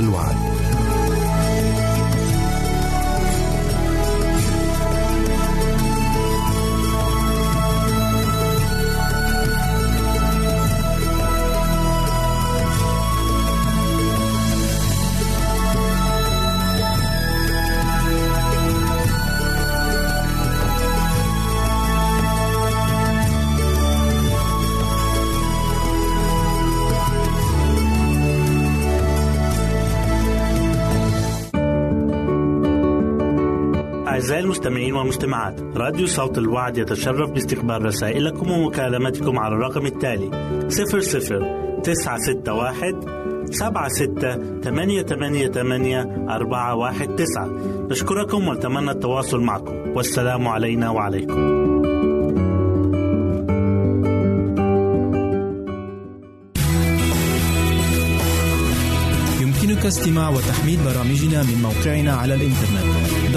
الوعد. أعزائي المستمعين والمستمعات، راديو صوت الوعد يتشرف باستقبال رسائلكم ومكالمتكم على الرقم التالي 00-961-76-88-419. نشكركم ونتمنى التواصل معكم، والسلام علينا وعليكم. يمكنك استماع وتحميل برامجنا من موقعنا على الإنترنت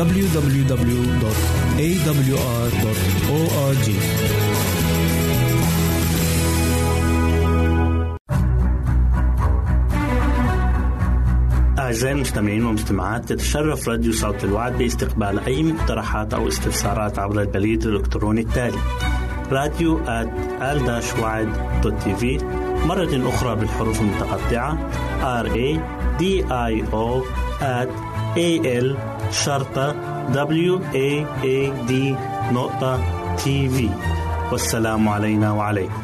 www.awr.org. أعزائي المستمعين والمستمعات، تتشرف راديو صوت الوعد باستقبال أي مقترحات أو استفسارات عبر البريد الإلكتروني التالي radio@al-wad.tv، مرة أخرى بالحروف المتقطعة radio@al-wad.tv. والسلام علينا وعليكم.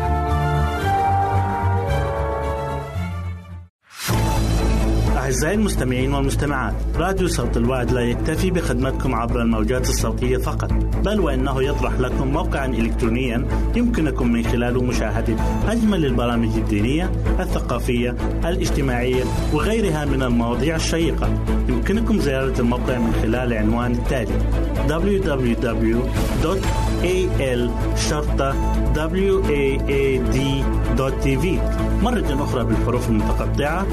أعزائي المستمعين والمستمعات، راديو صوت الوعد لا يكتفي بخدمتكم عبر الموجات الصوتية فقط، بل وإنه يطرح لكم موقعا إلكترونيا يمكنكم من خلاله مشاهدة أجمل البرامج الدينية، الثقافية، الاجتماعية وغيرها من المواضيع الشيقة. يمكنكم زيارة الموقع من خلال عنوان التالي www.al-wad.tv، مرة أخرى بالحروف المتقطعة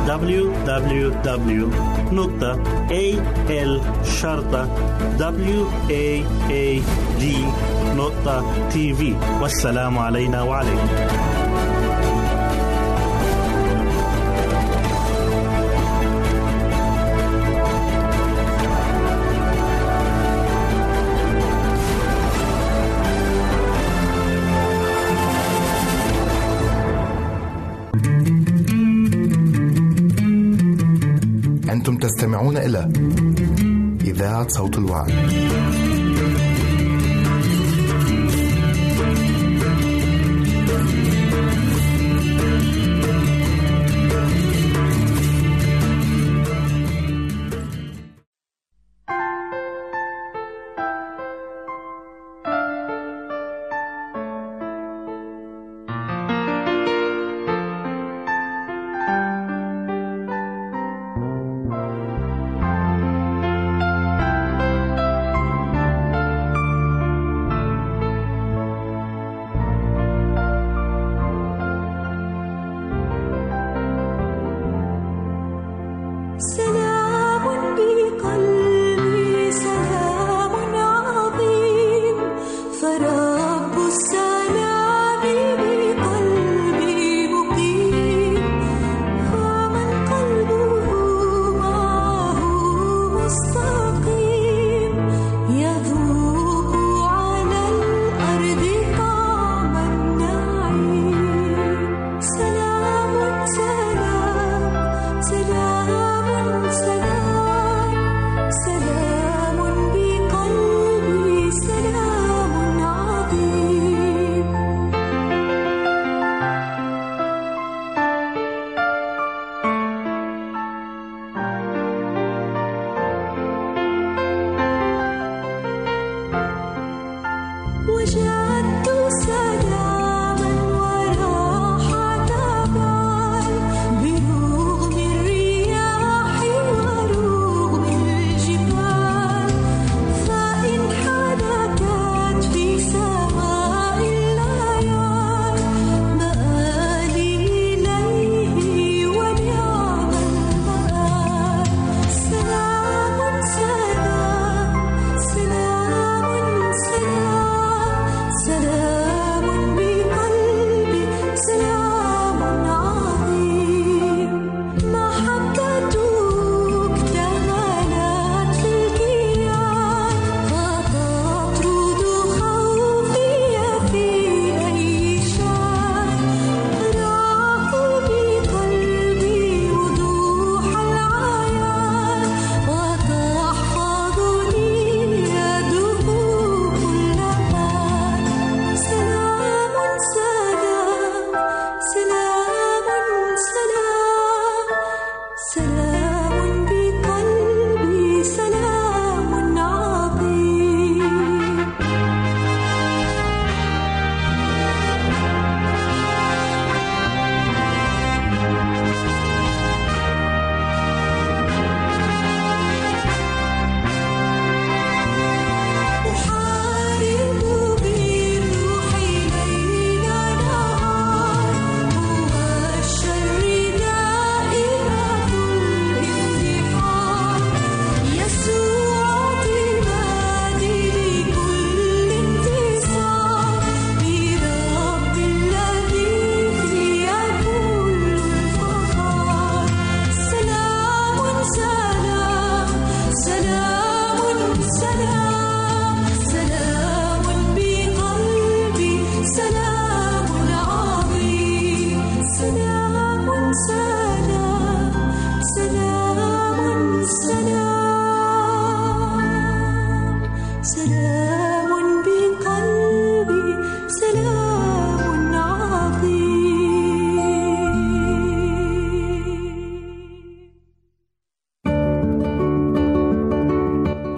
www.al-wad.tv. والسلام علينا وعليكم. أنتم تستمعون إلى إذاعة صوت الوعد. برغم الرياح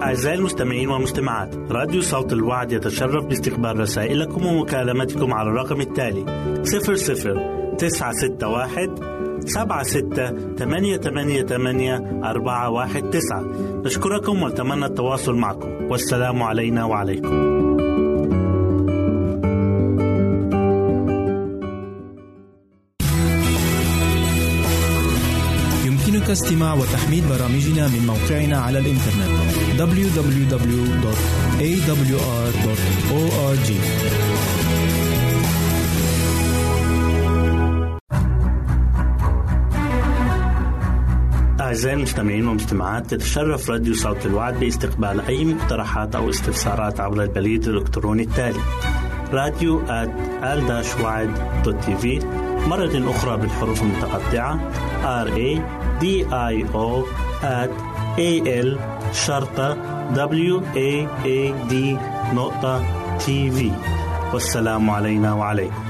أعزائي المستمعين والمستمعات، راديو صوت الوعد يتشرف باستقبال رسائلكم ومكالمتكم على الرقم التالي 00-961-76-88-419. نشكركم ونتمنى التواصل معكم، والسلام علينا وعليكم. يمكنك استماع وتحميل برامجنا من موقعنا على الإنترنت www.awr.org. أعزائي المستمعين والمستمعات، تتشرف راديو صوت الوعد باستقبال أي مقترحات أو استفسارات عبر البريد الإلكتروني التالي radio@al-wad.tv، مرة أخرى بالحروف المتقطعة radio@al-wad.tv. والسلام علينا وعليكم.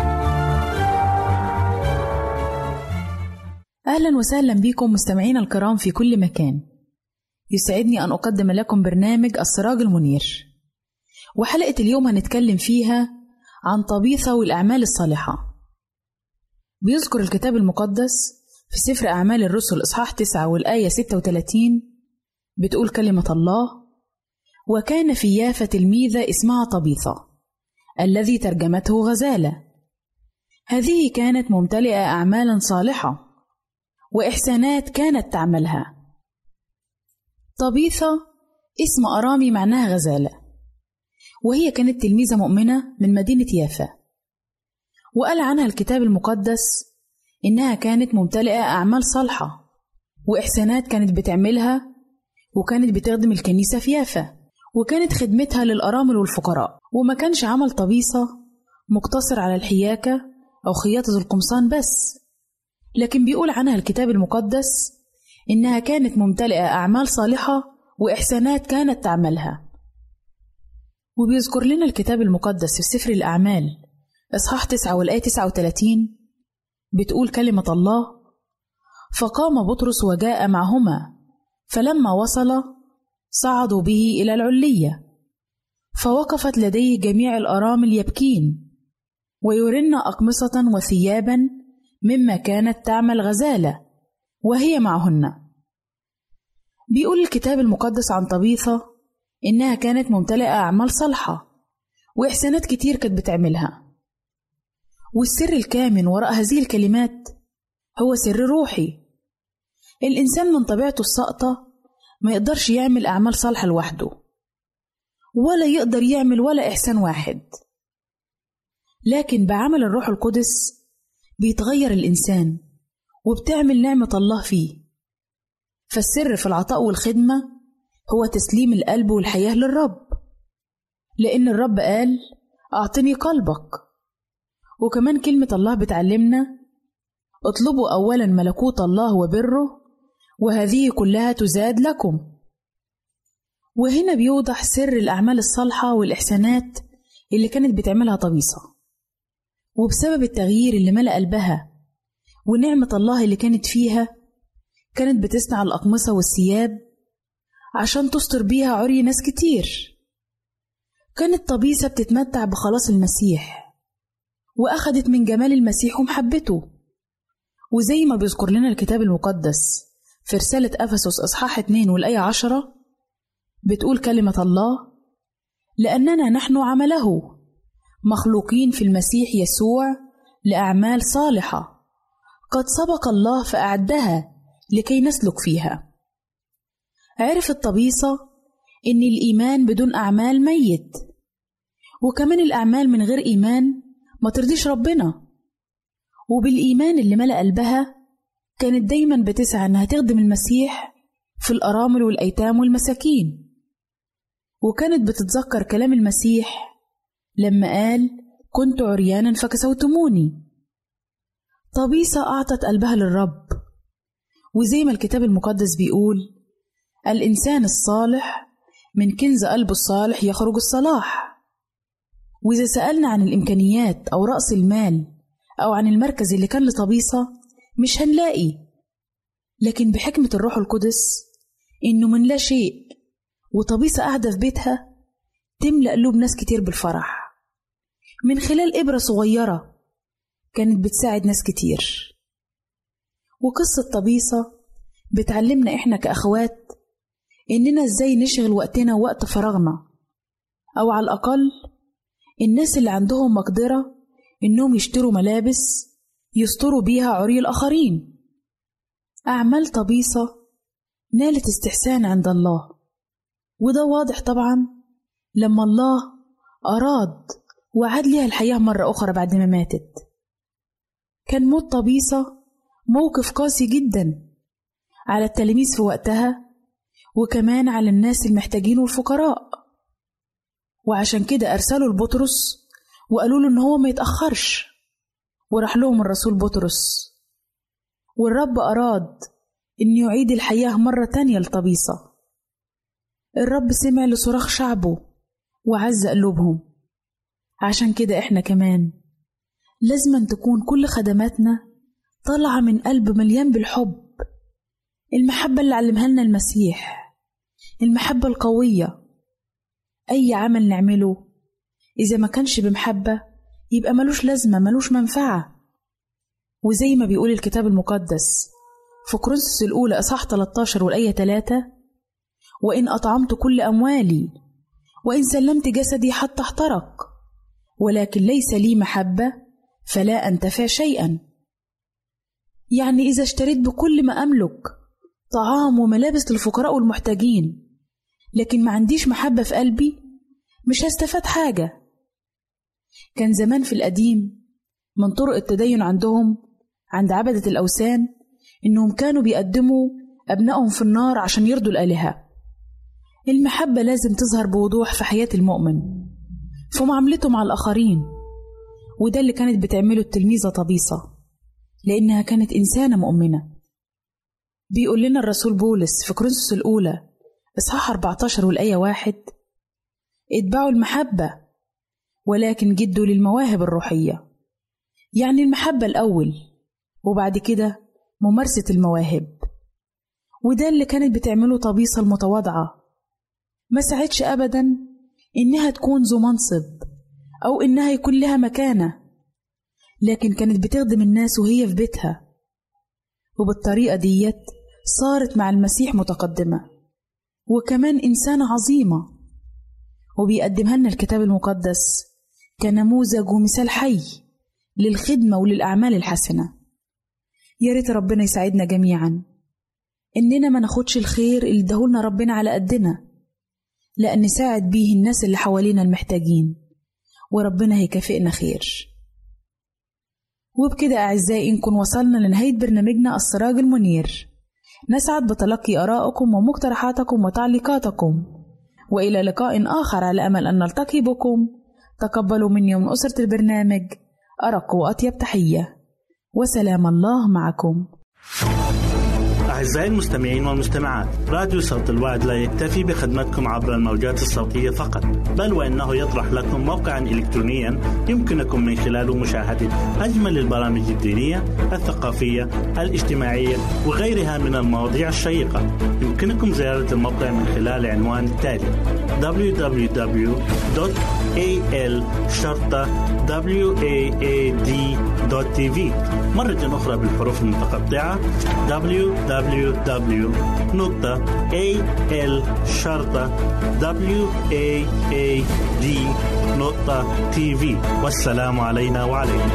أهلا وسهلا بكم مستمعين الكرام في كل مكان. يسعدني أن أقدم لكم برنامج السراج المنير، وحلقة اليوم هنتكلم فيها عن طبيثة والأعمال الصالحة. بيذكر الكتاب المقدس في سفر أعمال الرسل إصحاح 9 والآية 36 بتقول كلمة الله: وكان في يافا تلميذة اسمها طبيثة الذي ترجمته غزالة. هذه كانت ممتلئة أعمالا صالحة وإحسانات كانت تعملها. طبيثة اسم أرامي معناها غزالة، وهي كانت تلميذة مؤمنة من مدينة يافا، وقال عنها الكتاب المقدس إنها كانت ممتلئة أعمال صالحة وإحسانات كانت بتعملها، وكانت بتخدم الكنيسة في يافا، وكانت خدمتها للأرامل والفقراء. وما كانش عمل طبيثة مقتصر على الحياكة أو خياطة القمصان بس، لكن بيقول عنها الكتاب المقدس إنها كانت ممتلئة أعمال صالحة وإحسانات كانت تعملها. وبيذكر لنا الكتاب المقدس في سفر الأعمال إصحاح 9 والآية 39 بتقول كلمة الله: فقام بطرس وجاء معهما، فلما وصل صعدوا به إلى العلية، فوقفت لديه جميع الأرامل يبكين ويرن أقمصة وثيابا مما كانت تعمل غزالة وهي معهن. بيقول الكتاب المقدس عن طبيثة إنها كانت ممتلئة أعمال صالحة وإحسانات كتير كانت بتعملها. والسر الكامن وراء هذه الكلمات هو سر روحي. الإنسان من طبيعته الساقطة ما يقدرش يعمل أعمال صالحة لوحده، ولا يقدر يعمل ولا إحسان واحد، لكن بعمل الروح القدس بيتغير الإنسان وبتعمل نعمة الله فيه. فالسر في العطاء والخدمة هو تسليم القلب والحياة للرب، لأن الرب قال: أعطني قلبك. وكمان كلمة الله بتعلمنا: اطلبوا أولا ملكوت الله وبره، وهذه كلها تزاد لكم. وهنا بيوضح سر الأعمال الصالحة والإحسانات اللي كانت بتعملها طبيثة، وبسبب التغيير اللي ملأ قلبها ونعمة الله اللي كانت فيها، كانت بتصنع الأقمصة والثياب عشان تستر بيها عري ناس كتير. كانت طبيثة بتتمتع بخلاص المسيح، وأخدت من جمال المسيح ومحبته. وزي ما بيذكر لنا الكتاب المقدس في رسالة أفسس إصحاح 2 والآية 10 بتقول كلمة الله: لأننا نحن عمله مخلوقين في المسيح يسوع لأعمال صالحة قد سبق الله فأعدها لكي نسلك فيها. عرفت طبيثة إن الإيمان بدون أعمال ميت، وكمان الأعمال من غير إيمان ما ترضيش ربنا. وبالإيمان اللي ملأ قلبها كانت دايما بتسعى إنها تخدم المسيح في الأرامل والأيتام والمساكين، وكانت بتتذكر كلام المسيح لما قال: كنت عريانا فكسوتموني. طبيثة أعطت قلبها للرب، وزي ما الكتاب المقدس بيقول: الإنسان الصالح من كنز قلبه الصالح يخرج الصلاح. وإذا سألنا عن الإمكانيات أو رأس المال أو عن المركز اللي كان لطبيثة مش هنلاقي، لكن بحكمة الروح القدس إنه من لا شيء وطبيسة قاعدة في بيتها تملأ قلوب ناس كتير بالفرح من خلال إبرة صغيرة كانت بتساعد ناس كتير. وقصة طبيسة بتعلمنا إحنا كأخوات إننا إزاي نشغل وقتنا ووقت فراغنا، أو على الأقل الناس اللي عندهم مقدرة إنهم يشتروا ملابس يستروا بيها عري الآخرين. أعمال طبيسة نالت استحسان عند الله، وده واضح طبعا لما الله أراد وعاد لها الحياة مرة أخرى بعد ما ماتت. كان موت طبيسة موقف قاسي جدا على التلاميذ في وقتها، وكمان على الناس المحتاجين والفقراء، وعشان كده أرسلوا لبطرس وقالوا له إن هو ما يتأخرش، وراح لهم الرسول بطرس، والرب أراد إن يعيد الحياة مرة تانية لطبيسة. الرب سمع لصراخ شعبه وعز قلوبهم. عشان كده إحنا كمان لازم تكون كل خدماتنا طالعة من قلب مليان بالحب، المحبة اللي علمها لنا المسيح، المحبة القوية. أي عمل نعمله إذا ما كانش بمحبة يبقى ملوش لازمة، ملوش منفعة. وزي ما بيقول الكتاب المقدس في كورنثوس الأولى إصحاح 13 والآية 3: وإن أطعمت كل أموالي وإن سلمت جسدي حتى احترق ولكن ليس لي محبة فلا أنتفع شيئا. يعني إذا اشتريت بكل ما أملك طعام وملابس للفقراء والمحتاجين لكن ما عنديش محبة في قلبي مش هستفاد حاجة. كان زمان في القديم من طرق التدين عند عبدة الأوثان إنهم كانوا بيقدموا أبنائهم في النار عشان يرضوا الآلهة. المحبة لازم تظهر بوضوح في حياة المؤمن في معاملته مع الآخرين، وده اللي كانت بتعمله التلميذة طبيسة لأنها كانت إنسانة مؤمنة. بيقول لنا الرسول بولس في كورنثوس الأولى إصحاح 14 والآية 1: اتبعوا المحبة ولكن جدوا للمواهب الروحية. يعني المحبة الأول وبعد كده ممارسة المواهب. وده اللي كانت بتعمله طبيسة المتواضعة. ما سعتش أبدا إنها تكون ذو منصب أو إنها يكون لها مكانة، لكن كانت بتخدم الناس وهي في بيتها، وبالطريقة ديت صارت مع المسيح متقدمة وكمان إنسانة عظيمة. وبيقدمها لنا الكتاب المقدس كنموذج ومثال حي للخدمة وللأعمال الحسنة. يا ريت ربنا يساعدنا جميعا إننا ما ناخدش الخير اللي اداهولنا ربنا على قدنا، لأن نساعد بيه الناس اللي حوالينا المحتاجين، وربنا هيكافئنا خير. وبكده أعزائي نكون وصلنا لنهاية برنامجنا السراج المنير. نسعد بتلقي آرائكم ومقترحاتكم وتعليقاتكم، وإلى لقاء آخر على أمل أن نلتقي بكم. تقبلوا مني ومن أسرة البرنامج أرق وأطيب تحية، وسلام الله معكم. أعزائي المستمعين والمستمعات، راديو صوت الوعد لا يكتفي بخدمتكم عبر الموجات الصوتية فقط، بل وإنه يطرح لكم موقعا إلكترونيا يمكنكم من خلاله مشاهدة أجمل البرامج الدينية، الثقافية، الاجتماعية وغيرها من المواضيع الشيقة. يمكنكم زيارة الموقع من خلال العنوان التالي: www.al-waad.tv. مرة أخرى بالحروف المتقطعة: www.al-waad.tv. والسلام علينا وعليكم.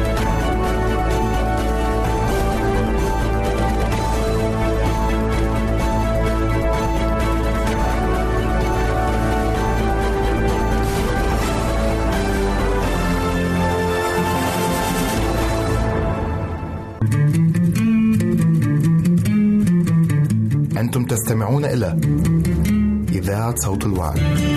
أنتم تستمعون إلى إذاعة صوت الوعد.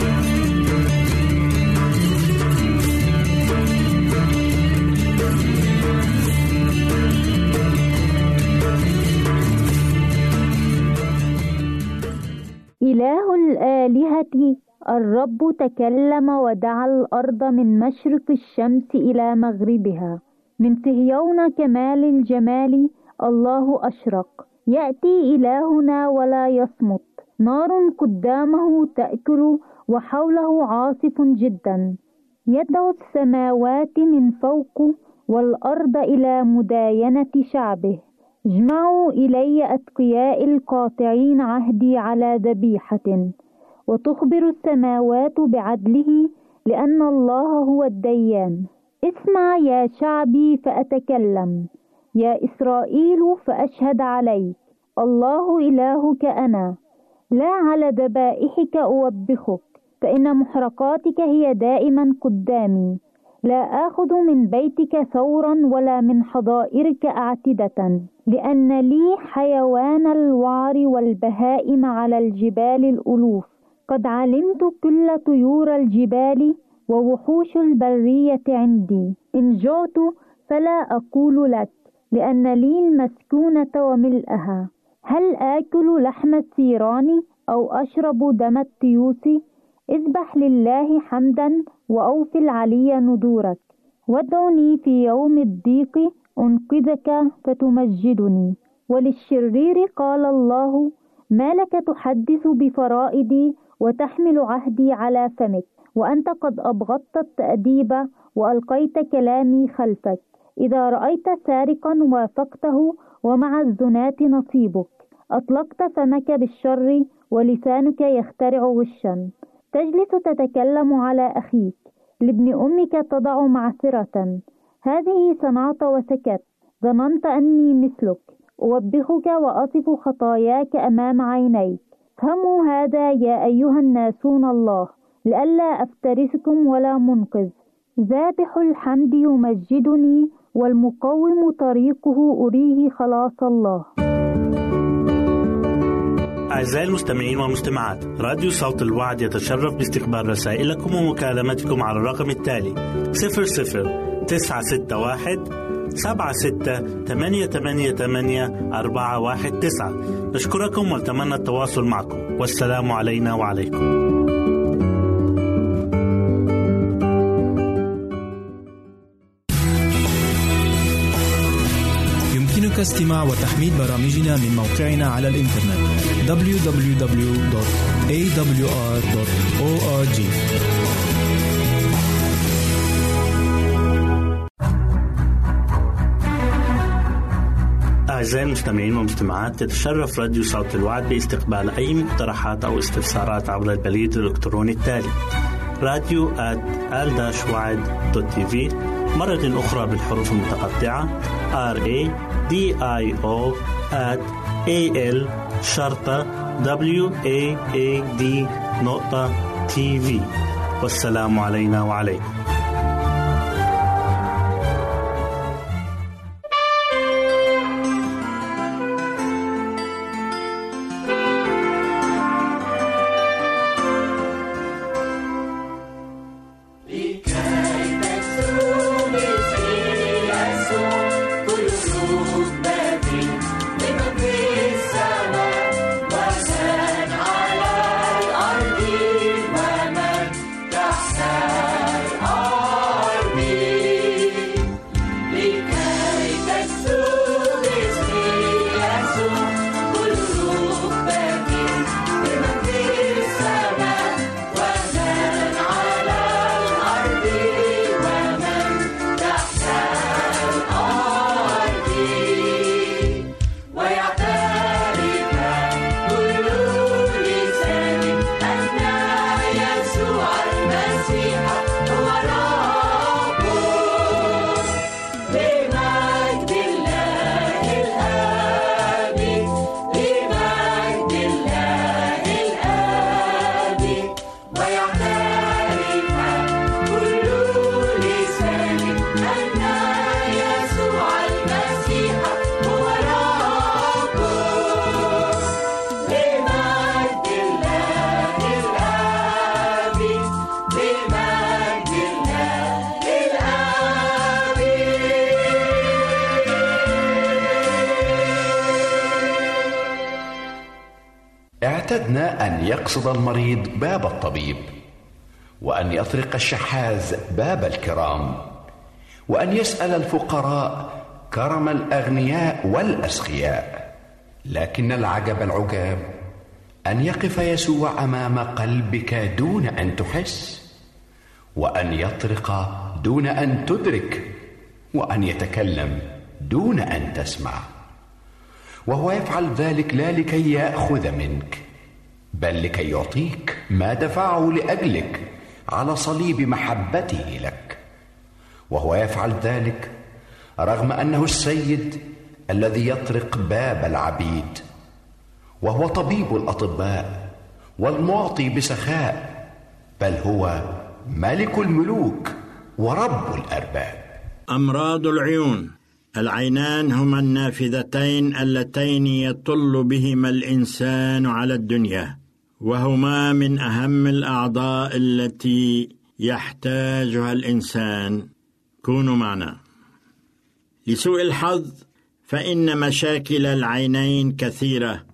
إله الآلهة الرب تكلم ودعا الأرض من مشرق الشمس إلى مغربها. من صهيون كمال الجمال الله أشرق. يأتي إلهنا ولا يصمت، نار قدامه تأكل وحوله عاصف جدا. يدعو السماوات من فوق والأرض إلى مداينة شعبه. اجمعوا إلي أتقياء القاطعين عهدي على ذبيحة. وتخبر السماوات بعدله لأن الله هو الديان. اسمع يا شعبي فأتكلم، يا إسرائيل فأشهد عليك. الله إلهك أنا، لا على ذبائحك أوبخك، فإن محرقاتك هي دائما قدامي. لا آخذ من بيتك ثورا ولا من حظائرك أعتدة، لأن لي حيوان الوعر والبهائم على الجبال الألوف. قد علمت كل طيور الجبال ووحوش البرية عندي. إن جعت فلا أقول لك، لأن لي المسكونة وملئها. هل آكل لحم الثيران أو أشرب دم التيوس؟ اذبح لله حمدا وأوف العلي نذورك. وادعني في يوم الضيق أنقذك فتمجدني. وللشرير قال الله: ما لك تحدث بفرائدي وتحمل عهدي على فمك، وأنت قد أبغضت التأديب وألقيت كلامي خلفك. إذا رأيت سارقا وافقته، ومع الزناة نصيبك. أطلقت فمك بالشر ولسانك يخترع غشا. تجلس تتكلم على أخيك، لابن أمك تضع معثرة. هذه صنعت وسكت، ظننت أني مثلك. أوبخك وأصف خطاياك أمام عينيك. فهموا هذا يا أيها الناسون الله، لئلا أفترسكم ولا منقذ. ذابح الحمد يمجدني، والمقوم طريقه أريه خلاص الله. أعزائي المستمعين والمستمعات، راديو صوت الوعد يتشرف باستقبال رسائلكم ومكالمتكم على الرقم التالي 00-961 76-88-419. نشكركم ونتمنى التواصل معكم، والسلام علينا وعليكم. يمكنك استماع وتحميل برامجنا من موقعنا على الإنترنت www.awr.org. أعزائي المستمعين والمستمعات، يتشرف راديو صوت الوعد باستقبال أي مقترحات أو استفسارات عبر البريد الإلكتروني التالي radio@al-wad.tv، مرة أخرى بالحروف المتقطعة radio@al-wad.tv. والسلام علينا وعليكم. اعتدنا أن يقصد المريض باب الطبيب، وأن يطرق الشحاذ باب الكرام، وأن يسأل الفقراء كرم الأغنياء والأسخياء. لكن العجب العجاب أن يقف يسوع أمام قلبك دون أن تحس، وأن يطرق دون أن تدرك، وأن يتكلم دون أن تسمع. وهو يفعل ذلك لا لكي يأخذ منك، بل لكي يعطيك ما دفعه لأجلك على صليب محبته لك. وهو يفعل ذلك رغم أنه السيد الذي يطرق باب العبيد، وهو طبيب الأطباء والمعطي بسخاء، بل هو ملك الملوك ورب الأرباب. أمراض العيون. العينان هما النافذتين اللتين يطل بهما الإنسان على الدنيا، وهما من أهم الأعضاء التي يحتاجها الإنسان. كونوا معنا. لسوء الحظ فإن مشاكل العينين كثيرة،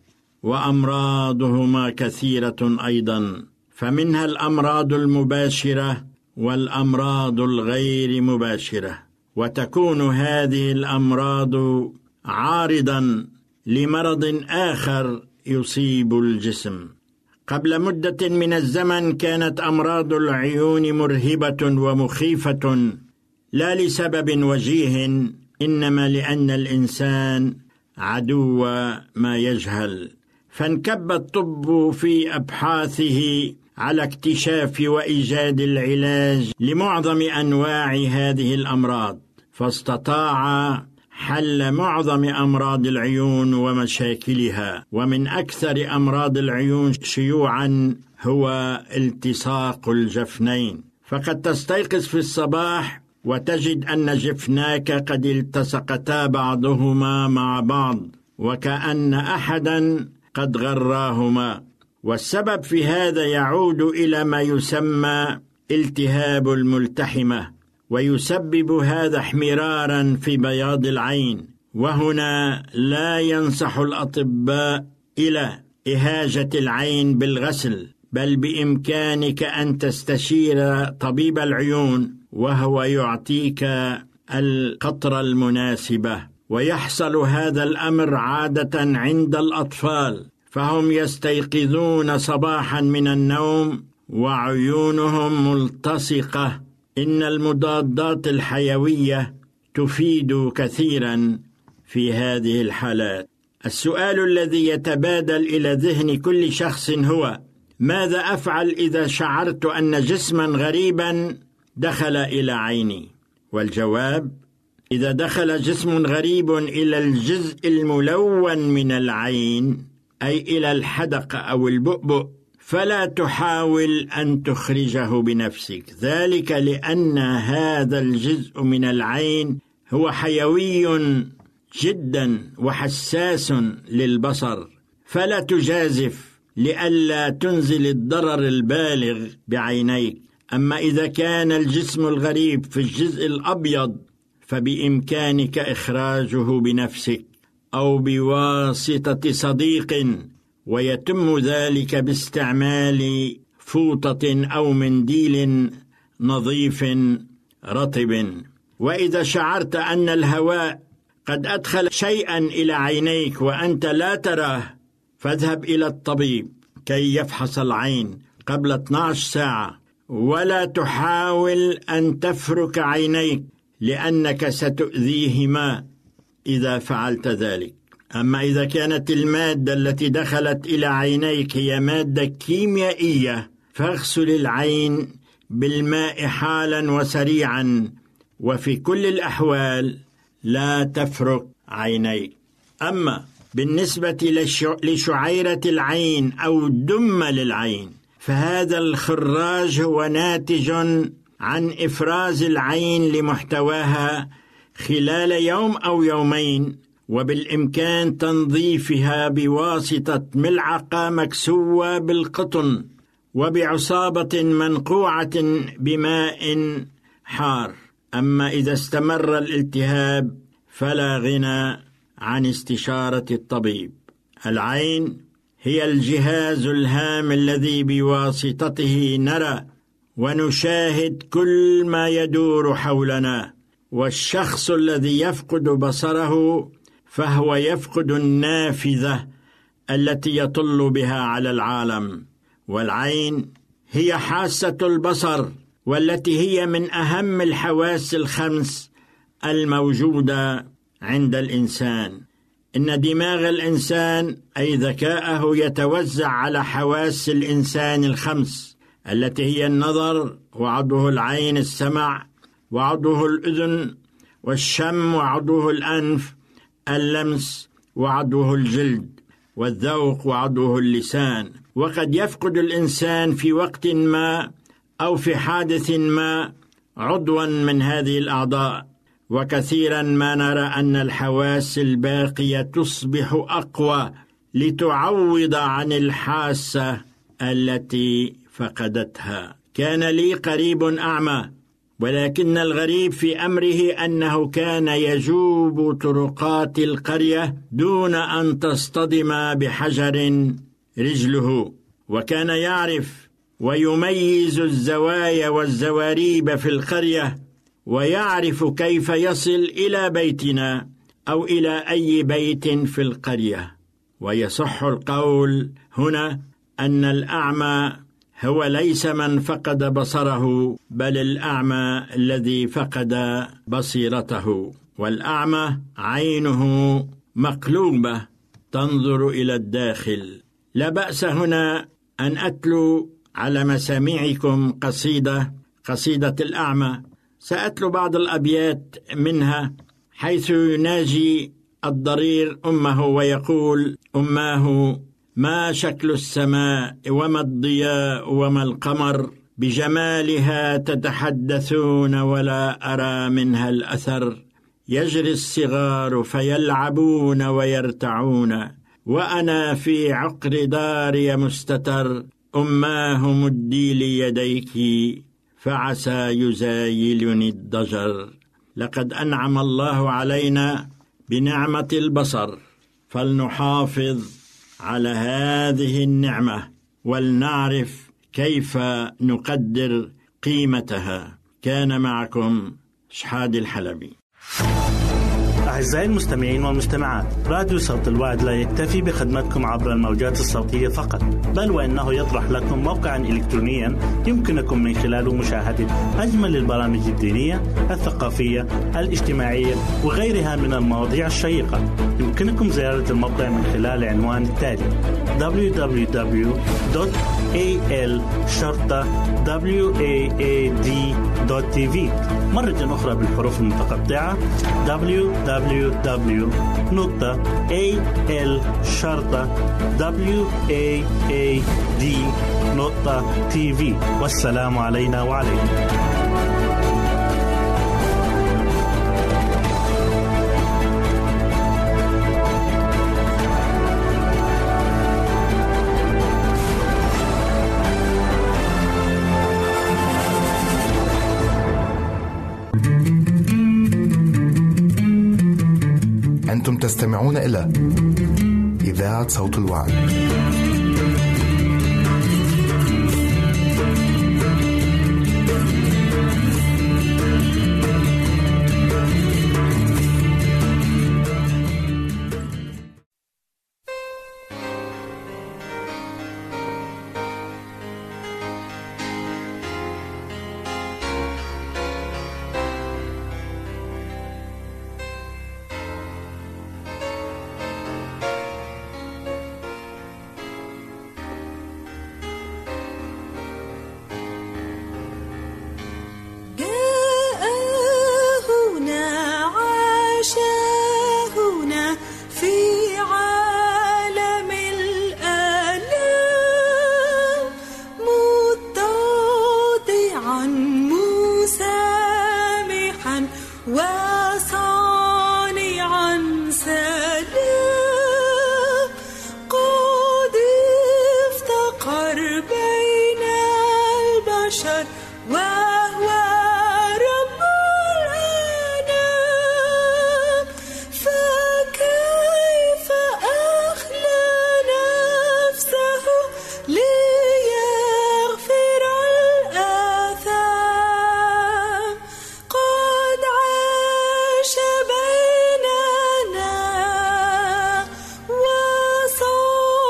وأمراضهما كثيرة أيضا، فمنها الأمراض المباشرة والأمراض الغير مباشرة، وتكون هذه الأمراض عارضا لمرض آخر يصيب الجسم. قبل مدة من الزمن كانت أمراض العيون مرهبة ومخيفة، لا لسبب وجيه، إنما لأن الإنسان عدو ما يجهل. فانكب الطب في أبحاثه على اكتشاف وإيجاد العلاج لمعظم أنواع هذه الأمراض، فاستطاع حل معظم أمراض العيون ومشاكلها. ومن أكثر أمراض العيون شيوعا هو التصاق الجفنين. فقد تستيقظ في الصباح وتجد أن جفناك قد التصقتا بعضهما مع بعض، وكأن أحدا قد غراهما. والسبب في هذا يعود إلى ما يسمى التهاب الملتحمة، ويسبب هذا احمرارا في بياض العين. وهنا لا ينصح الأطباء إلى إهاجة العين بالغسل، بل بإمكانك أن تستشير طبيب العيون وهو يعطيك القطرة المناسبة. ويحصل هذا الأمر عادة عند الأطفال، فهم يستيقظون صباحا من النوم وعيونهم ملتصقة. إن المضادات الحيوية تفيد كثيرا في هذه الحالات. السؤال الذي يتبادل إلى ذهن كل شخص هو: ماذا أفعل إذا شعرت أن جسما غريبا دخل إلى عيني؟ والجواب: إذا دخل جسم غريب إلى الجزء الملون من العين، أي إلى الحدقة أو البؤبؤ، فلا تحاول أن تخرجه بنفسك، ذلك لأن هذا الجزء من العين هو حيوي جدا وحساس للبصر، فلا تجازف لئلا تنزل الضرر البالغ بعينيك. أما إذا كان الجسم الغريب في الجزء الأبيض فبإمكانك إخراجه بنفسك أو بواسطة صديق، ويتم ذلك باستعمال فوطة أو منديل نظيف رطب. وإذا شعرت أن الهواء قد أدخل شيئا إلى عينيك وأنت لا تراه، فاذهب إلى الطبيب كي يفحص العين قبل 12 ساعة، ولا تحاول أن تفرك عينيك لأنك ستؤذيهما إذا فعلت ذلك. أما إذا كانت المادة التي دخلت إلى عينيك هي مادة كيميائية، فاغسل العين بالماء حالا وسريعا، وفي كل الأحوال لا تفرك عينيك. أما بالنسبة لشعيرة العين أو دمل العين، فهذا الخراج هو ناتج عن إفراز العين لمحتواها خلال يوم أو يومين، وبالإمكان تنظيفها بواسطة ملعقة مكسوة بالقطن وبعصابة منقوعة بماء حار. أما إذا استمر الالتهاب فلا غنى عن استشارة الطبيب. العين هي الجهاز الهام الذي بواسطته نرى ونشاهد كل ما يدور حولنا، والشخص الذي يفقد بصره فهو يفقد النافذة التي يطل بها على العالم. والعين هي حاسة البصر، والتي هي من أهم الحواس الخمس الموجودة عند الإنسان. إن دماغ الإنسان أي ذكاءه يتوزع على حواس الإنسان الخمس، التي هي النظر، وعضوه العين، السمع، وعضوه الأذن، والشم، وعضوه الأنف، اللمس، وعضوه الجلد، والذوق، وعضوه اللسان. وقد يفقد الإنسان في وقت ما أو في حادث ما عضوا من هذه الأعضاء، وكثيرا ما نرى أن الحواس الباقية تصبح أقوى لتعوض عن الحاسة التي فقدتها. كان لي قريب أعمى، ولكن الغريب في أمره أنه كان يجوب طرقات القرية دون أن تصطدم بحجر رجله، وكان يعرف ويميز الزوايا والزواريب في القرية، ويعرف كيف يصل إلى بيتنا أو إلى أي بيت في القرية. ويصح القول هنا أن الأعمى هو ليس من فقد بصره، بل الأعمى الذي فقد بصيرته. والأعمى عينه مقلوبة تنظر إلى الداخل. لا بأس هنا أن أتلو على مسامعكم قصيدة الأعمى. سأتلو بعض الأبيات منها، حيث يناجي الضرير أمه ويقول: أماه ما شكل السماء وما الضياء وما القمر، بجمالها تتحدثون ولا أرى منها الأثر، يجري الصغار فيلعبون ويرتعون، وأنا في عقر داري مستتر، أماه مدي لي يديك فعسى يزايلني الضجر. لقد أنعم الله علينا بنعمة البصر، فلنحافظ على هذه النعمة ولنعرف كيف نقدر قيمتها. كان معكم شحاد الحلبي. أعزائي المستمعين والمستمعات، راديو صوت الوعد لا يكتفي بخدمتكم عبر الموجات الصوتية فقط، بل وإنه يطرح لكم موقعا إلكترونيا يمكنكم من خلاله مشاهدة أجمل البرامج الدينية، الثقافية، الاجتماعية وغيرها من المواضيع الشيقة. يمكنكم زيارة الموقع من خلال العنوان التالي: www.al-waad.tv. مرة أخرى بالحروف المتقطعة: www.al-waad.tv. والسلام علينا وعليكم. أنتم تستمعون إلى إذاعة صوت الوعد. بيننا وصار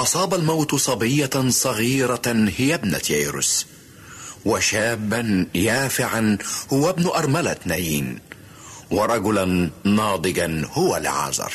أصاب الموت صبية صغيرة هي ابنة ييروس، وشابا يافعا هو ابن أرملة نايين، ورجلا ناضجا هو لعازر.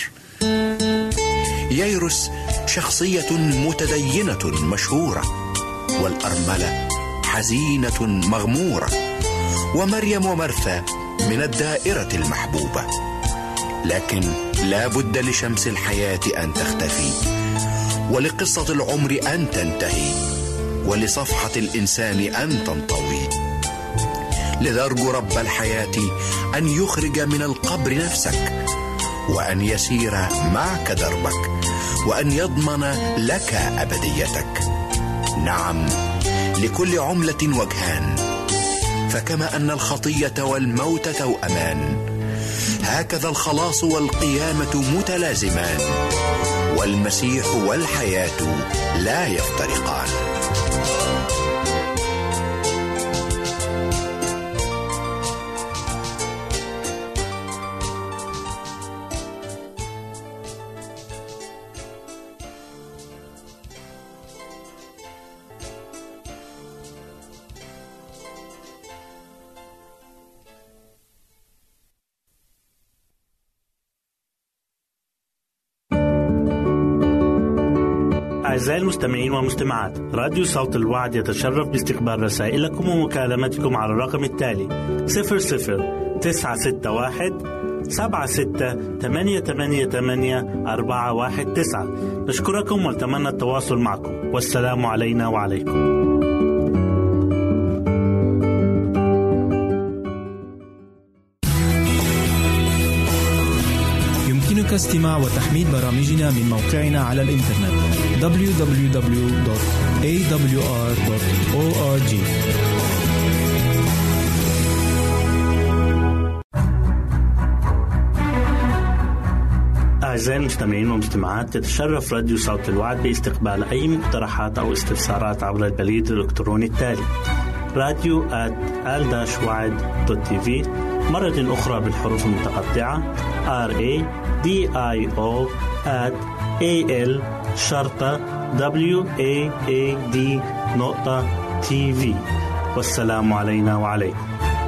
ييروس شخصية متدينة مشهورة، والأرملة حزينة مغمورة، ومريم ومرثا من الدائرة المحبوبة. لكن لا بد لشمس الحياة أن تختفي، ولقصة العمر أن تنتهي، ولصفحة الإنسان أن تنطوي. لذا أرجو رب الحياة أن يخرج من القبر نفسك، وأن يسير معك دربك، وأن يضمن لك أبديتك. نعم، لكل عملة وجهان، فكما أن الخطية والموت توأمان، هكذا الخلاص والقيامة متلازمان، والمسيح والحياة لا يفترقان. أعزائي المستمعين والمستمعات، راديو صوت الوعد يتشرف باستقبال رسائلكم ومكالمتكم على الرقم التالي 00-961-76-88-419. نشكركم ونتمنى التواصل معكم، والسلام علينا وعليكم. يمكنك استماع وتحميل برامجنا من موقعنا على الإنترنت www.awr.org. أعزائي المستمعين والمستمعات، يتشرف راديو صوت الوعد باستقبال أي مقترحات أو استفسارات عبر البريد الإلكتروني التالي radio@al-wad.tv، مرة أخرى بالحروف المتقطعة radio@al-wad.tv. والسلام علينا وعليكم.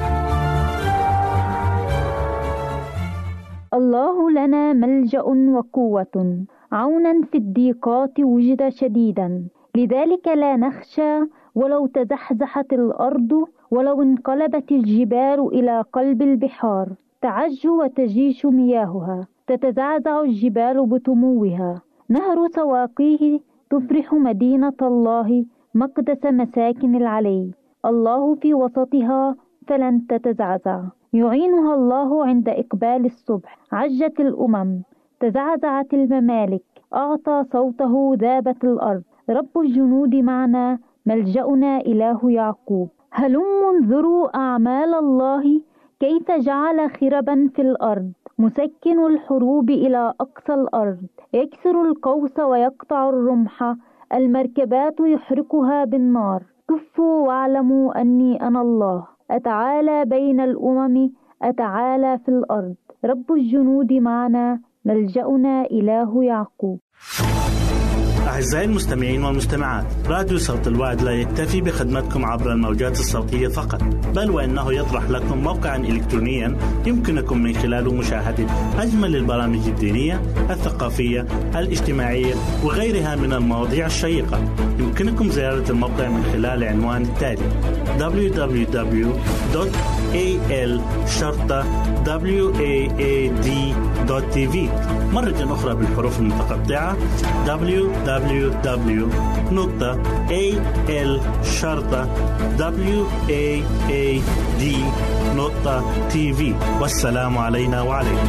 الله لنا ملجأ وقوة، عونا في الضيقات وجد شديدا، لذلك لا نخشى ولو تزحزحت الأرض، ولو انقلبت الجبال إلى قلب البحار. تعج وتجيش مياهها، تتزعزع الجبال بطموها. نهر سواقيه تفرح مدينة الله، مقدس مساكن العلي. الله في وسطها فلن تتزعزع، يعينها الله عند إقبال الصبح. عجت الأمم، تزعزعت الممالك، أعطى صوته ذابت الأرض. رب الجنود معنا، ملجأنا إله يعقوب. هلموا انظروا أعمال الله، كيف جعل خربا في الأرض. مسكن الحروب إلى أقصى الأرض، يكسر القوس ويقطع الرمح، المركبات يحرقها بالنار. كفوا واعلموا أني أنا الله، أتعالى بين الأمم، أتعالى في الأرض. رب الجنود معنا، ملجأنا إله يعقوب. أعزائي المستمعين والمستمعات، راديو صوت الوعد لا يكتفي بخدمتكم عبر الموجات الصوتية فقط، بل وإنه يطرح لكم موقعا إلكترونيا يمكنكم من خلاله مشاهدة أجمل البرامج الدينية، الثقافية، الاجتماعية وغيرها من المواضيع الشيقة. يمكنكم زيارة الموقع من خلال عنوان التالي www.al-wad.tv، مرة أخرى بالحروف المتقطعة www.al-wad.tv. والسلام علينا وعليكم.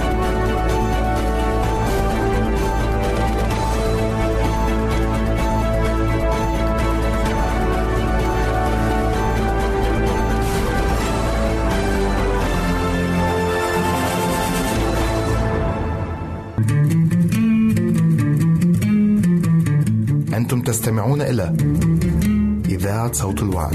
أنتم تستمعون إلى إذاعة صوت الوعد.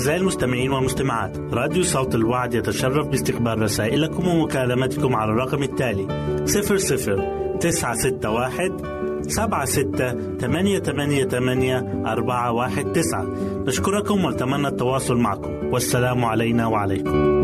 أعزائي المستمعين والمستمعات، راديو صوت الوعد يتشرف باستقبال رسائلكم ومكالمتكم على الرقم التالي 00-961-76-88-419. نشكركم ونتمنى التواصل معكم، والسلام علينا وعليكم.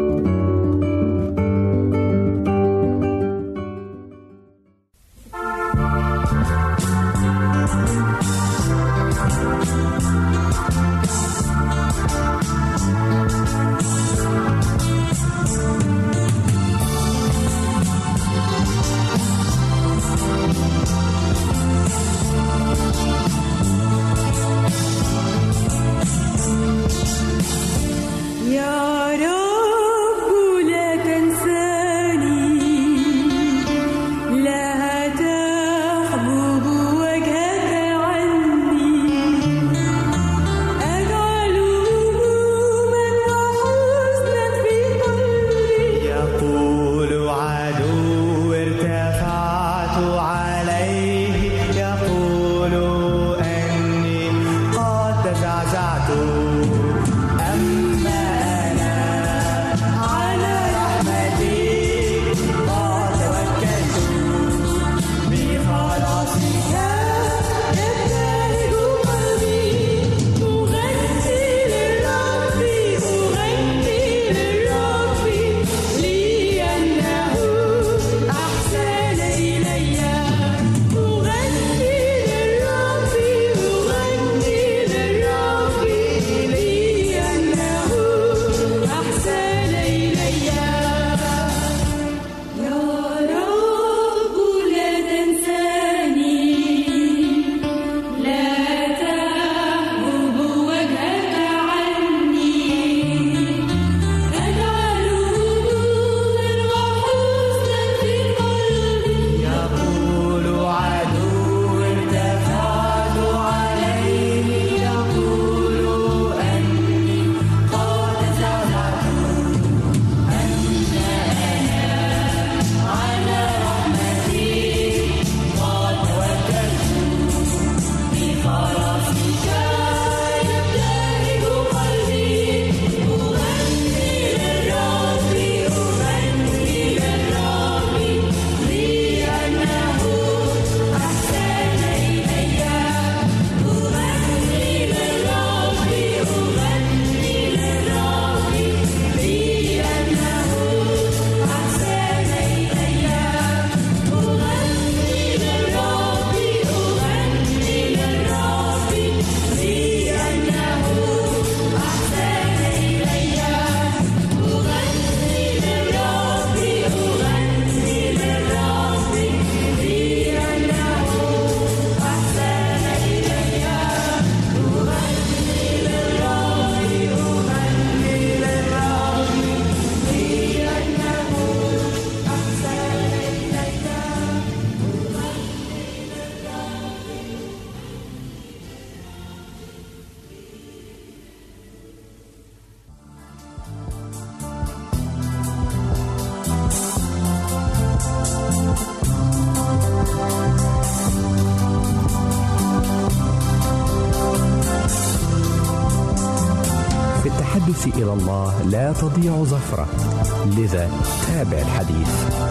بالتحدث إلى الله لا تضيع زفرة، لذا تابع الحديث.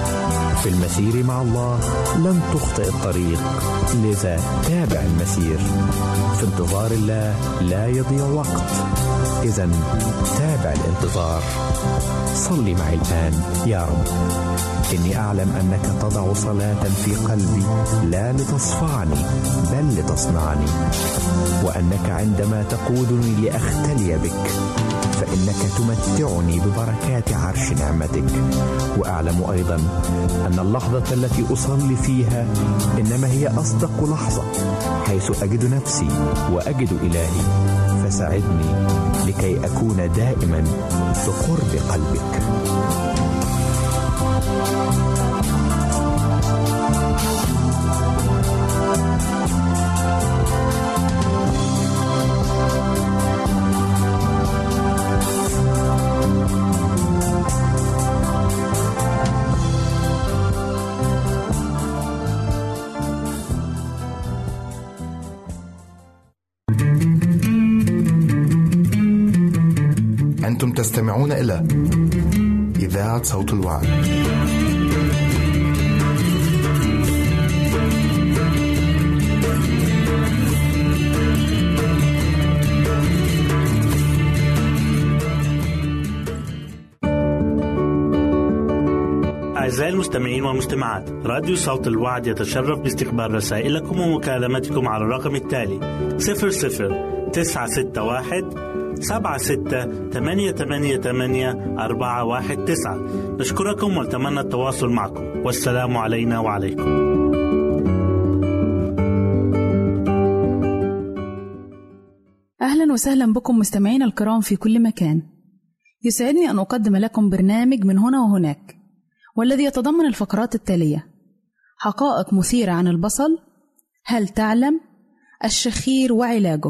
في المسير مع الله لن تخطئ الطريق، لذا تابع المسير. في انتظار الله لا يضيع وقت، إذن تابع الانتظار. صلي معي الآن. يا رب، إني أعلم أنك تضع صلاة في قلبي لا لتصفعني بل لتصنعني، وأنك عندما تقودني لأختلي بك فإنك تمتعني ببركات عرش نعمتك. وأعلم أيضا أن اللحظة التي أصلي فيها إنما هي أصدق لحظة، حيث أجد نفسي وأجد إلهي. فساعدني لكي أكون دائما بقرب قلبك. أنتم تستمعون إلى إذاعة صوت الوعد. أعزائي المستمعين والمستمعات، راديو صوت الوعد يتشرف باستقبال رسائلكم ومكالمتكم على الرقم التالي 00-961-76-88-419. نشكركم ونتمنى التواصل معكم، والسلام علينا وعليكم. أهلا وسهلا بكم مستمعين الكرام في كل مكان. يسعدني أن أقدم لكم برنامج من هنا وهناك، والذي يتضمن الفقرات التالية: حقائق مثيرة عن البصل، هل تعلم، الشخير وعلاجه.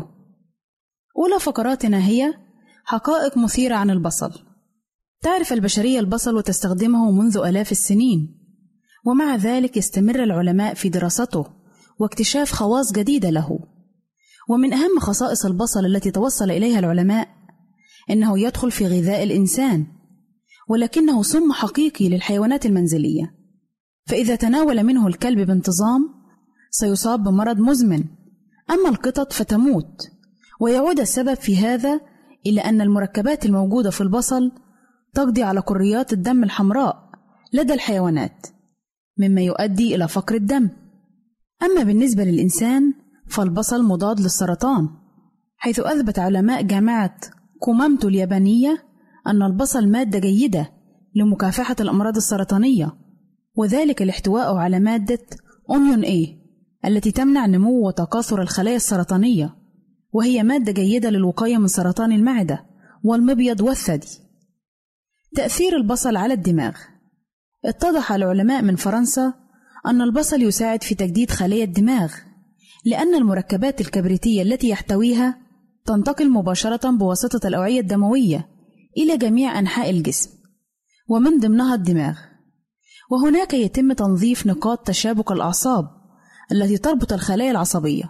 أولى فقراتنا هي حقائق مثيرة عن البصل. تعرف البشرية البصل وتستخدمه منذ آلاف السنين، ومع ذلك يستمر العلماء في دراسته واكتشاف خواص جديدة له. ومن أهم خصائص البصل التي توصل إليها العلماء إنه يدخل في غذاء الإنسان، ولكنه سم حقيقي للحيوانات المنزلية، فإذا تناول منه الكلب بانتظام سيصاب بمرض مزمن، أما القطط فتموت. ويعود السبب في هذا إلى أن المركبات الموجودة في البصل تقضي على كريات الدم الحمراء لدى الحيوانات، مما يؤدي إلى فقر الدم. أما بالنسبة للإنسان فالبصل مضاد للسرطان، حيث أثبت علماء جامعة كومامتو اليابانية أن البصل مادة جيدة لمكافحة الأمراض السرطانية، وذلك لاحتوائه على مادة أوميون A التي تمنع نمو وتكاثر الخلايا السرطانية، وهي مادة جيدة للوقاية من سرطان المعدة والمبيض والثدي. تأثير البصل على الدماغ. اتضح العلماء من فرنسا أن البصل يساعد في تجديد خلايا الدماغ، لأن المركبات الكبريتية التي يحتويها تنتقل مباشرة بواسطة الأوعية الدموية إلى جميع أنحاء الجسم، ومن ضمنها الدماغ. وهناك يتم تنظيف نقاط تشابك الأعصاب التي تربط الخلايا العصبية.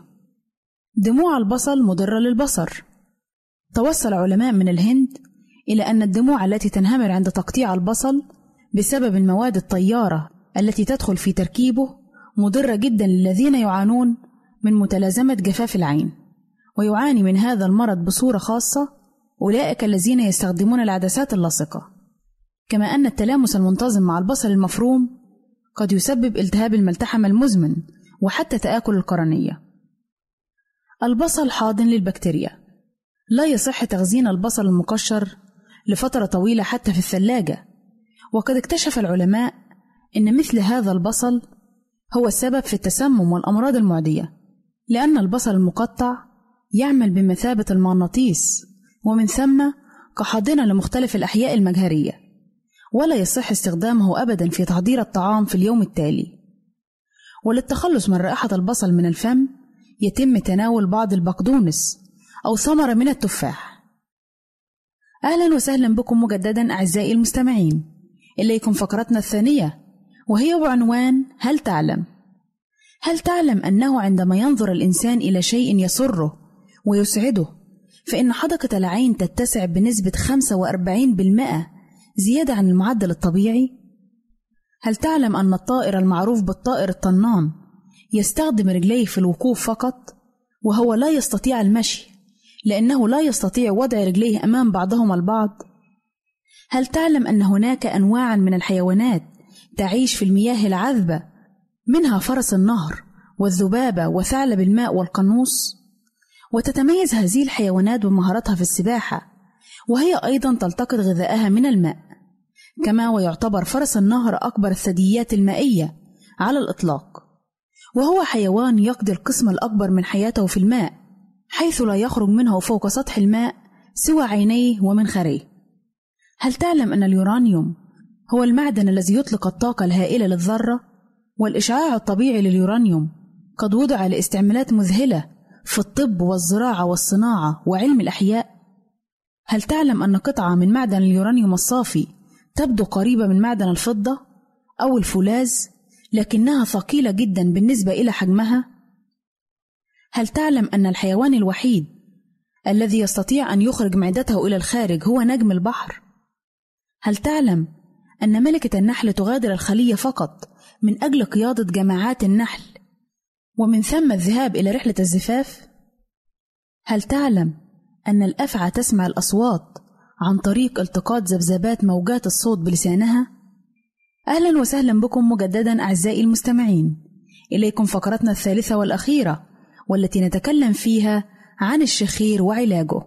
دموع البصل مضرة للبصر. توصل علماء من الهند إلى أن الدموع التي تنهمر عند تقطيع البصل بسبب المواد الطيارة التي تدخل في تركيبه مضرة جدا للذين يعانون من متلازمة جفاف العين، ويعاني من هذا المرض بصورة خاصة أولئك الذين يستخدمون العدسات اللاصقة. كما أن التلامس المنتظم مع البصل المفروم قد يسبب التهاب الملتحم المزمن وحتى تآكل القرنية. البصل حاضن للبكتيريا. لا يصح تخزين البصل المقشر لفترة طويلة حتى في الثلاجة، وقد اكتشف العلماء أن مثل هذا البصل هو السبب في التسمم والأمراض المعدية، لأن البصل المقطع يعمل بمثابة المغناطيس، ومن ثم كحاضنة لمختلف الأحياء المجهرية، ولا يصح استخدامه أبدا في تحضير الطعام في اليوم التالي. وللتخلص من رائحة البصل من الفم يتم تناول بعض البقدونس أو ثمرة من التفاح. أهلا وسهلا بكم مجددا أعزائي المستمعين. إليكم فقرتنا الثانية، وهي بعنوان هل تعلم؟ هل تعلم أنه عندما ينظر الإنسان إلى شيء يسره ويسعده فإن حدقة العين تتسع بنسبة 45% زيادة عن المعدل الطبيعي؟ هل تعلم أن الطائر المعروف بالطائر الطنان يستخدم رجليه في الوقوف فقط، وهو لا يستطيع المشي لأنه لا يستطيع وضع رجليه أمام بعضهما البعض؟ هل تعلم أن هناك أنواعا من الحيوانات تعيش في المياه العذبة، منها فرس النهر والذبابة وثعلب الماء والقنوص؟ وتتميز هذه الحيوانات بمهارتها في السباحة، وهي أيضا تلتقط غذائها من الماء. كما ويعتبر فرس النهر أكبر الثدييات المائية على الإطلاق، وهو حيوان يقضي القسم الأكبر من حياته في الماء، حيث لا يخرج منه فوق سطح الماء سوى عينيه ومنخريه. هل تعلم أن اليورانيوم هو المعدن الذي يطلق الطاقة الهائلة للذرة؟ والإشعاع الطبيعي لليورانيوم قد وضع لاستعمالات مذهلة في الطب والزراعة والصناعة وعلم الأحياء. هل تعلم أن قطعة من معدن اليورانيوم الصافي تبدو قريبة من معدن الفضة أو الفولاذ، لكنها ثقيلة جدا بالنسبة إلى حجمها؟ هل تعلم أن الحيوان الوحيد الذي يستطيع أن يخرج معدته إلى الخارج هو نجم البحر؟ هل تعلم أن ملكة النحل تغادر الخلية فقط من أجل قيادة جماعات النحل ومن ثم الذهاب إلى رحلة الزفاف؟ هل تعلم أن الأفعى تسمع الأصوات عن طريق التقاط ذبذبات موجات الصوت بلسانها؟ أهلا وسهلا بكم مجددا أعزائي المستمعين، إليكم فقرتنا الثالثة والأخيرة والتي نتكلم فيها عن الشخير وعلاجه.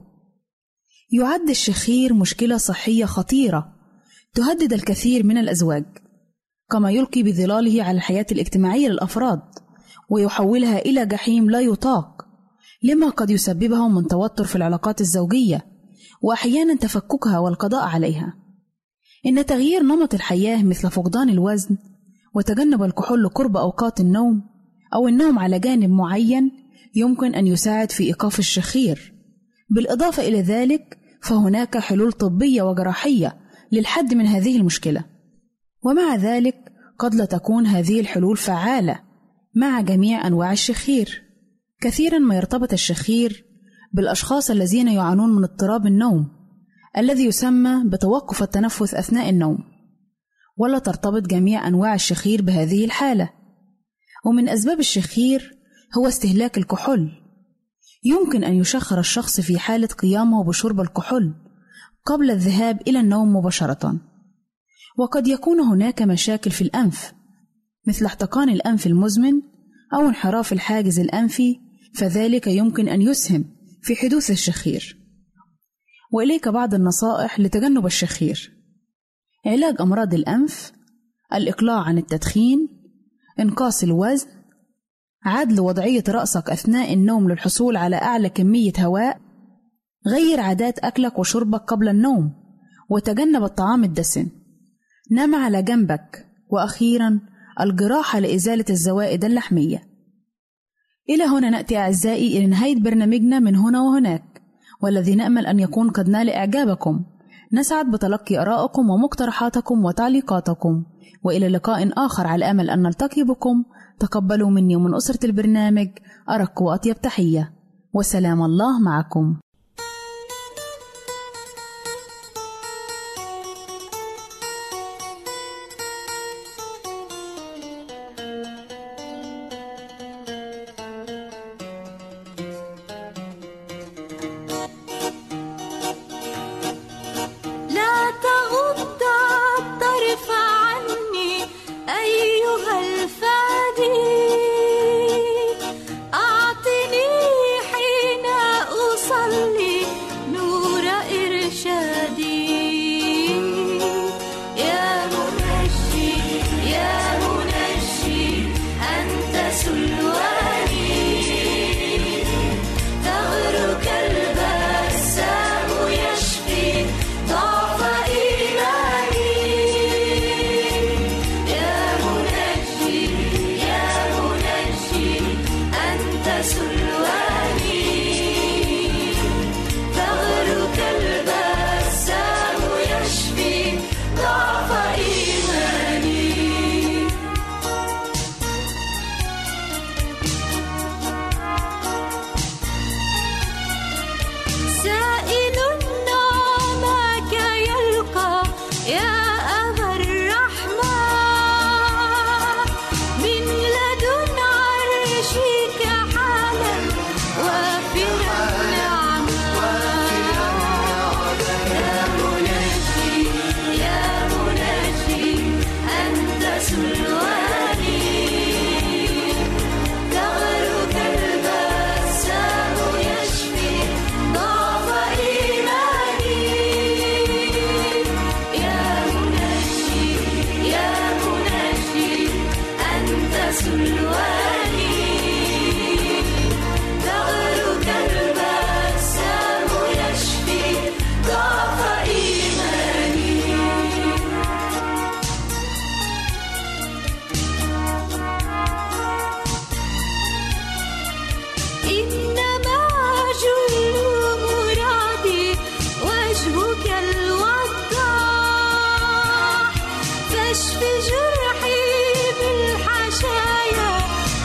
يعد الشخير مشكلة صحية خطيرة تهدد الكثير من الأزواج، كما يلقي بظلاله على الحياة الاجتماعية للأفراد ويحولها إلى جحيم لا يطاق، لما قد يسببه من توتر في العلاقات الزوجية وأحيانا تفككها والقضاء عليها. إن تغيير نمط الحياة مثل فقدان الوزن وتجنب الكحول قرب أوقات النوم أو النوم على جانب معين يمكن أن يساعد في إيقاف الشخير. بالإضافة إلى ذلك فهناك حلول طبية وجراحية للحد من هذه المشكلة، ومع ذلك قد لا تكون هذه الحلول فعالة مع جميع أنواع الشخير. كثيرا ما يرتبط الشخير بالأشخاص الذين يعانون من اضطراب النوم الذي يسمى بتوقف التنفس أثناء النوم، ولا ترتبط جميع أنواع الشخير بهذه الحالة. ومن أسباب الشخير هو استهلاك الكحول. يمكن أن يشخر الشخص في حالة قيامه بشرب الكحول قبل الذهاب إلى النوم مباشرة. وقد يكون هناك مشاكل في الأنف مثل احتقان الأنف المزمن أو انحراف الحاجز الأنفي، فذلك يمكن أن يسهم في حدوث الشخير. وإليك بعض النصائح لتجنب الشخير: علاج أمراض الأنف، الإقلاع عن التدخين، إنقاص الوزن، عدل وضعية رأسك أثناء النوم للحصول على أعلى كمية هواء، غير عادات أكلك وشربك قبل النوم، وتجنب الطعام الدسم، نام على جنبك، وأخيرا الجراحة لإزالة الزوائد اللحمية. إلى هنا نأتي أعزائي إلى نهاية برنامجنا من هنا وهناك، والذي نأمل أن يكون قد نال إعجابكم. نسعد بتلقي آرائكم ومقترحاتكم وتعليقاتكم، وإلى لقاء آخر على أمل أن نلتقي بكم. تقبلوا مني ومن أسرة البرنامج أرق وأطيب تحية، وسلام الله معكم. اشفي جرحي بالحشايا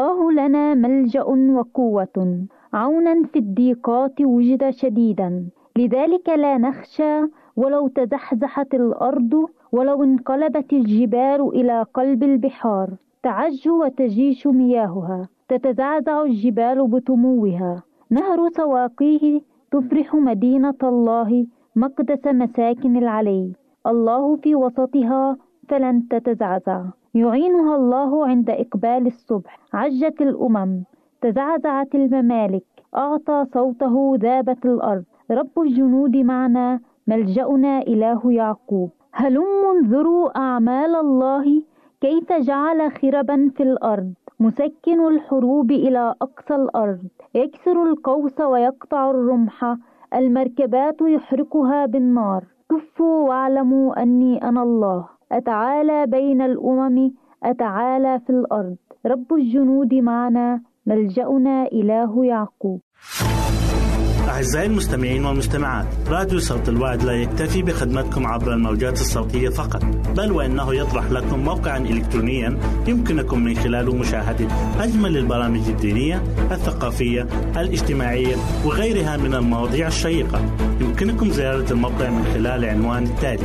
الله لنا ملجأ وقوة، عونا في الضيقات وجد شديدا. لذلك لا نخشى ولو تزحزحت الأرض، ولو انقلبت الجبال إلى قلب البحار. تعج وتجيش مياهها، تتزعزع الجبال بطموها. نهر سواقيه تفرح مدينة الله، مقدس مساكن العلي. الله في وسطها فلن تتزعزع، يعينها الله عند إقبال الصبح. عجت الأمم، تزعزعت الممالك، أعطى صوته ذابت الأرض. رب الجنود معنا، ملجأنا إله يعقوب. هلموا انظروا أعمال الله، كيف جعل خربا في الأرض. مسكن الحروب إلى أقصى الأرض، يكسر القوس ويقطع الرمح، المركبات يحرقها بالنار. كفوا واعلموا أني أنا الله، أتعالى بين الأمم، أتعالى في الأرض. رب الجنود معنا، ملجأنا إله يعقوب. أعزائي المستمعين والمستمعات، راديو صوت الوعد لا يكتفي بخدمتكم عبر الموجات الصوتية فقط، بل وإنه يطرح لكم موقعا إلكترونيا يمكنكم من خلاله مشاهدة أجمل البرامج الدينية، الثقافية، الاجتماعية وغيرها من المواضيع الشيقة. يمكنكم زيارة الموقع من خلال عنوان التالي: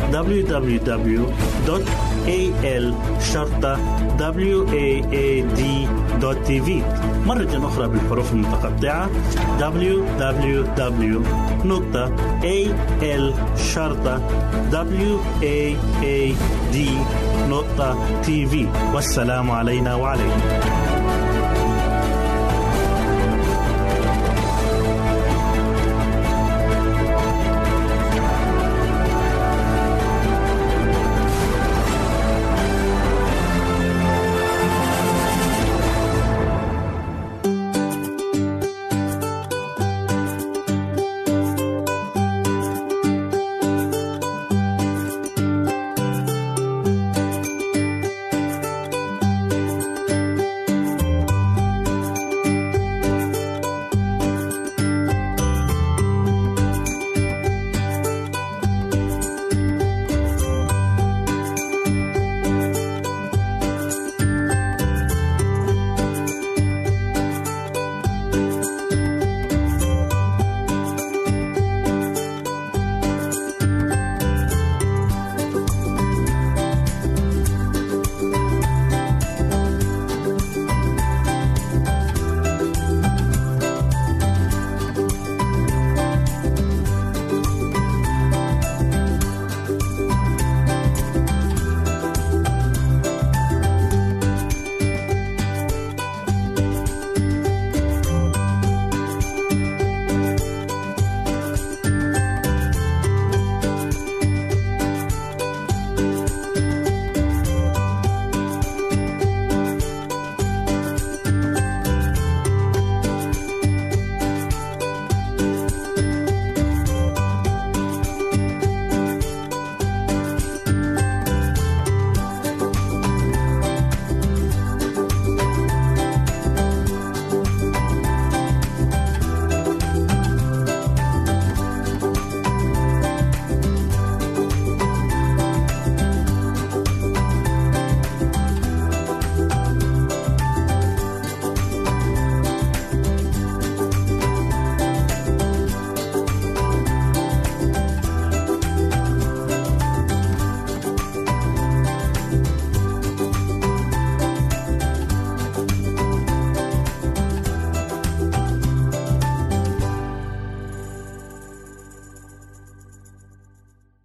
www.al-waad.tv. مرة أخرى بالحروف المتقطعة: www.al-waad.tv. والسلام علينا وعليكم.